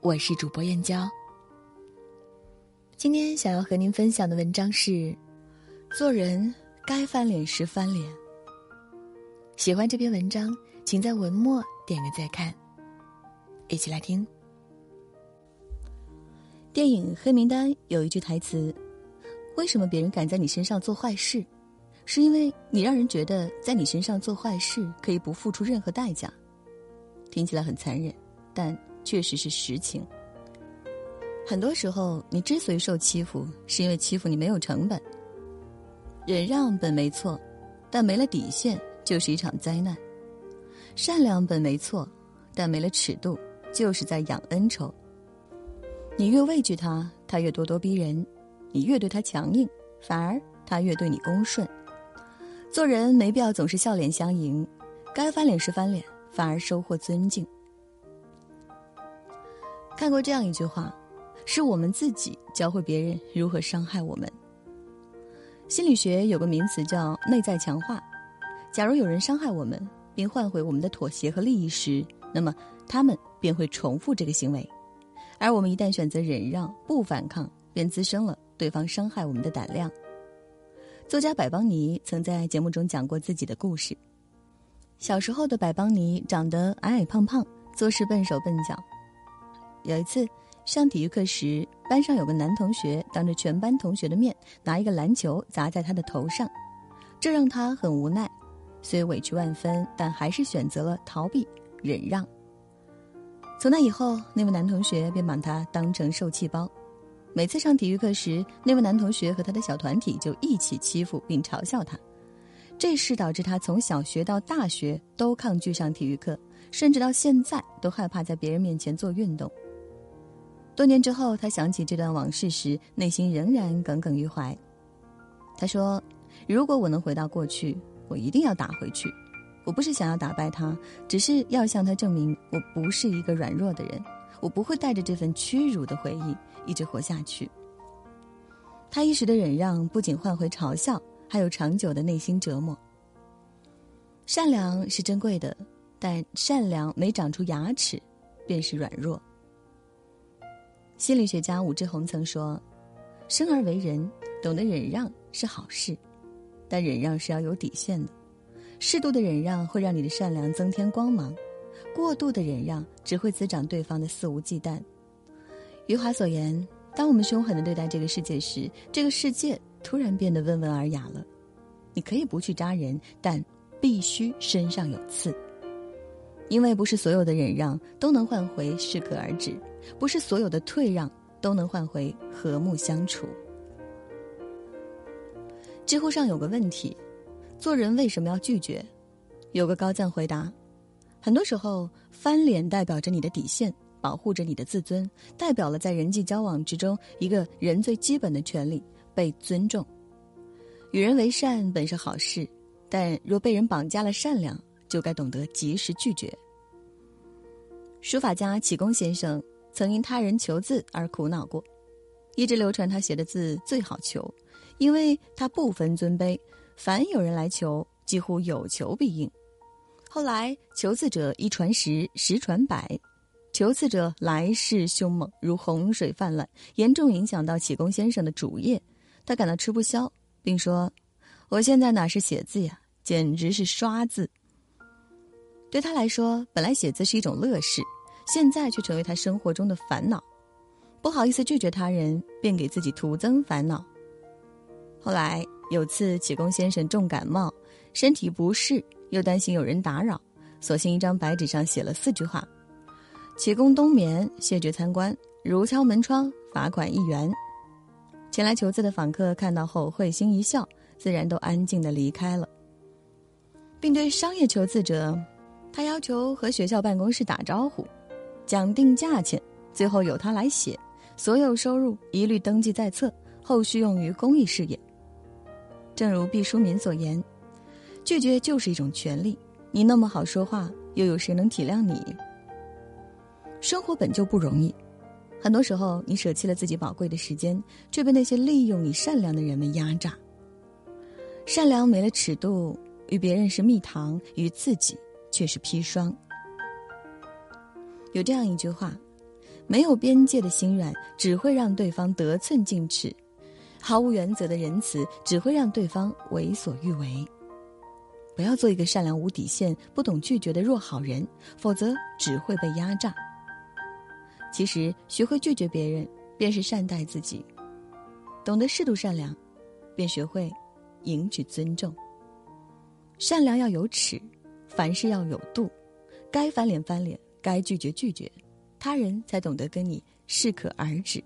我是主播燕娇。今天想要和您分享的文章是做人该翻脸时翻脸。喜欢这篇文章，请在文末点个再看。一起来听。电影《黑名单》有一句台词，为什么别人敢在你身上做坏事，是因为你让人觉得在你身上做坏事可以不付出任何代价。听起来很残忍，但确实是实情。很多时候你之所以受欺负，是因为欺负你没有成本。忍让本没错，但没了底线就是一场灾难。善良本没错，但没了尺度就是在养恩仇。你越畏惧他，他越咄咄逼人；你越对他强硬，反而他越对你恭顺。做人没必要总是笑脸相迎，该翻脸时翻脸，反而收获尊敬。看过这样一句话，是我们自己教会别人如何伤害我们。心理学有个名词叫内在强化。假如有人伤害我们，并换回我们的妥协和利益时，那么他们便会重复这个行为。而我们一旦选择忍让不反抗，便滋生了对方伤害我们的胆量。作家百邦尼曾在节目中讲过自己的故事。小时候的百邦尼长得矮矮胖胖，做事笨手笨脚。有一次上体育课时，班上有个男同学当着全班同学的面拿一个篮球砸在他的头上，这让他很无奈，虽委屈万分，但还是选择了逃避忍让。从那以后，那位男同学便把他当成受气包。每次上体育课时，那位男同学和他的小团体就一起欺负并嘲笑他。这事导致他从小学到大学都抗拒上体育课，甚至到现在都害怕在别人面前做运动。多年之后，他想起这段往事时，内心仍然耿耿于怀。他说，如果我能回到过去，我一定要打回去。我不是想要打败他，只是要向他证明我不是一个软弱的人，我不会带着这份屈辱的回忆一直活下去。他一时的忍让不仅换回嘲笑，还有长久的内心折磨。善良是珍贵的，但善良没长出牙齿便是软弱。心理学家武志红曾说，生而为人，懂得忍让是好事，但忍让是要有底线的。适度的忍让会让你的善良增添光芒，过度的忍让只会滋长对方的肆无忌惮。余华所言，当我们凶狠地对待这个世界时，这个世界突然变得温文尔雅了。你可以不去扎人，但必须身上有刺。因为不是所有的忍让都能换回适可而止，不是所有的退让都能换回和睦相处。知乎上有个问题，做人为什么要拒绝？有个高赞回答，很多时候翻脸代表着你的底线，保护着你的自尊，代表了在人际交往之中一个人最基本的权利，被尊重。与人为善本是好事，但若被人绑架了善良，就该懂得及时拒绝。书法家启功先生曾因他人求字而苦恼过，一直流传他写的字最好求，因为他不分尊卑，凡有人来求，几乎有求必应。后来求字者一传十，十传百，求字者来势凶猛，如洪水泛滥，严重影响到启功先生的主业。他感到吃不消，并说，我现在哪是写字呀，简直是刷字。对他来说，本来写字是一种乐事，现在却成为他生活中的烦恼。不好意思拒绝他人，便给自己徒增烦恼。后来有次启功先生重感冒，身体不适，又担心有人打扰，索性一张白纸上写了4句话：启功冬眠，谢绝参观，如敲门窗，罚款1元。前来求字的访客看到后会心一笑，自然都安静地离开了。并对商业求字者，他要求和学校办公室打招呼，讲定价钱，最后由他来写，所有收入一律登记在册，后续用于公益事业。正如毕淑敏所言，拒绝就是一种权利，你那么好说话，又有谁能体谅你？生活本就不容易，很多时候你舍弃了自己宝贵的时间，却被那些利用你善良的人们压榨。善良没了尺度，与别人是蜜糖，与自己却是砒霜。有这样一句话， 没有边界的心软只会让对方得寸进尺，毫无原则的仁慈只会让对方为所欲为。不要做一个善良无底线、不懂拒绝的弱好人，否则只会被压榨。其实，学会拒绝别人，便是善待自己。懂得适度善良，便学会赢取尊重。善良要有尺，凡事要有度，该翻脸翻脸，该拒绝拒绝，他人才懂得跟你适可而止。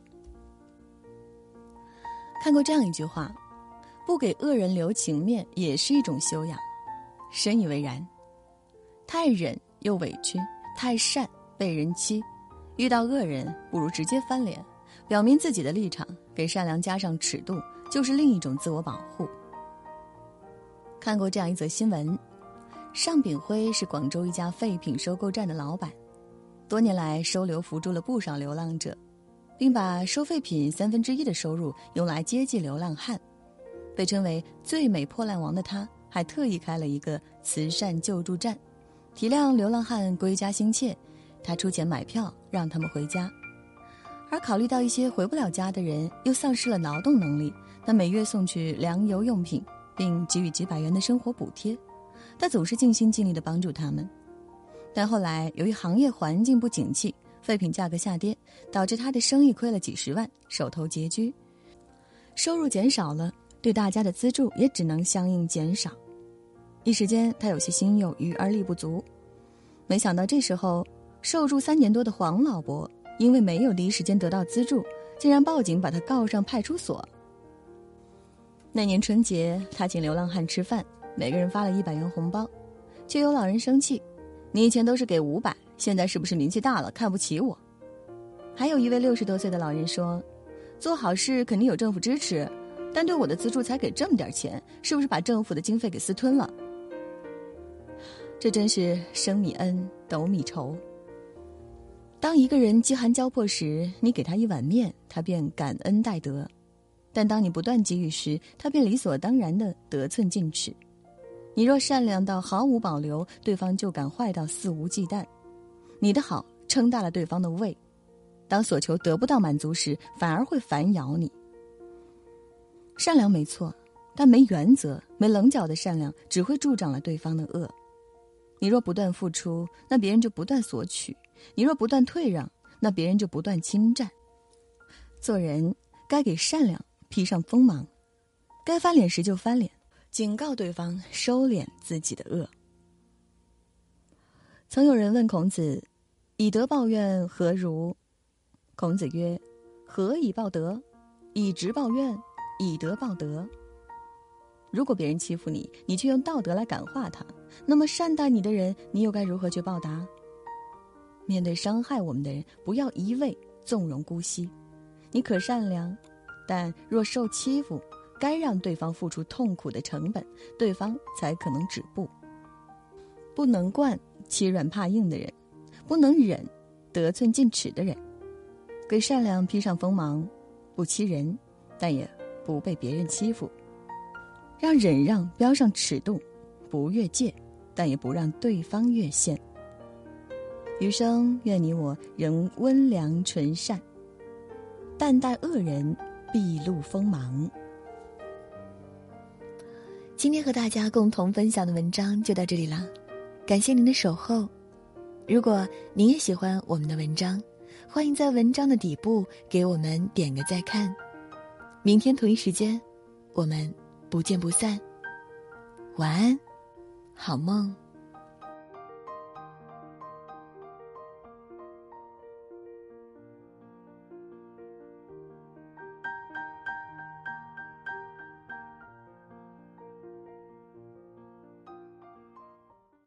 看过这样一句话，不给恶人留情面也是一种修养。深以为然。太忍又委屈，太善被人欺，遇到恶人不如直接翻脸，表明自己的立场，给善良加上尺度，就是另一种自我保护。看过这样一则新闻，尚炳辉是广州一家废品收购站的老板，多年来收留扶助了不少流浪者，并把收废品1/3的收入用来接济流浪汉。被称为最美破烂王的他，还特意开了一个慈善救助站，体谅流浪汉归家心切，他出钱买票让他们回家。而考虑到一些回不了家的人又丧失了劳动能力，他每月送去粮油用品，并给予几百元的生活补贴，他总是尽心尽力地帮助他们。但后来由于行业环境不景气，废品价格下跌，导致他的生意亏了几十万，手头拮据，收入减少了，对大家的资助也只能相应减少。一时间他有些心有余而力不足。没想到这时候受助3年多的黄老伯因为没有第一时间得到资助，竟然报警把他告上派出所。那年春节，他请流浪汉吃饭，每个人发了100元红包，却有老人生气，你以前都是给500，现在是不是名气大了看不起我？还有一位60多岁的老人说，做好事肯定有政府支持，但对我的资助才给这么点钱，是不是把政府的经费给私吞了？这真是升米恩，斗米仇。当一个人饥寒交迫时，你给他一碗面，他便感恩戴德；但当你不断给予时，他便理所当然地得寸进尺。你若善良到毫无保留，对方就敢坏到肆无忌惮。你的好撑大了对方的胃，当所求得不到满足时，反而会反咬你。善良没错，但没原则、没棱角的善良只会助长了对方的恶。你若不断付出，那别人就不断索取；你若不断退让，那别人就不断侵占。做人该给善良披上锋芒，该翻脸时就翻脸，警告对方收敛自己的恶。曾有人问孔子，以德报怨何如？孔子曰，何以报德？以直报怨，以德报德。如果别人欺负你，你却用道德来感化他，那么善待你的人，你又该如何去报答？面对伤害我们的人，不要一味纵容姑息。你可善良，但若受欺负，该让对方付出痛苦的成本，对方才可能止步。不能惯欺软怕硬的人，不能忍得寸进尺的人。给善良披上锋芒，不欺人，但也不被别人欺负。让忍让标上尺度，不越界，但也不让对方越线。余生愿你我仍温良纯善，但待恶人必露锋芒。今天和大家共同分享的文章就到这里了，感谢您的守候。如果您也喜欢我们的文章，欢迎在文章的底部给我们点个再看。明天同一时间，我们不见不散。晚安，好梦。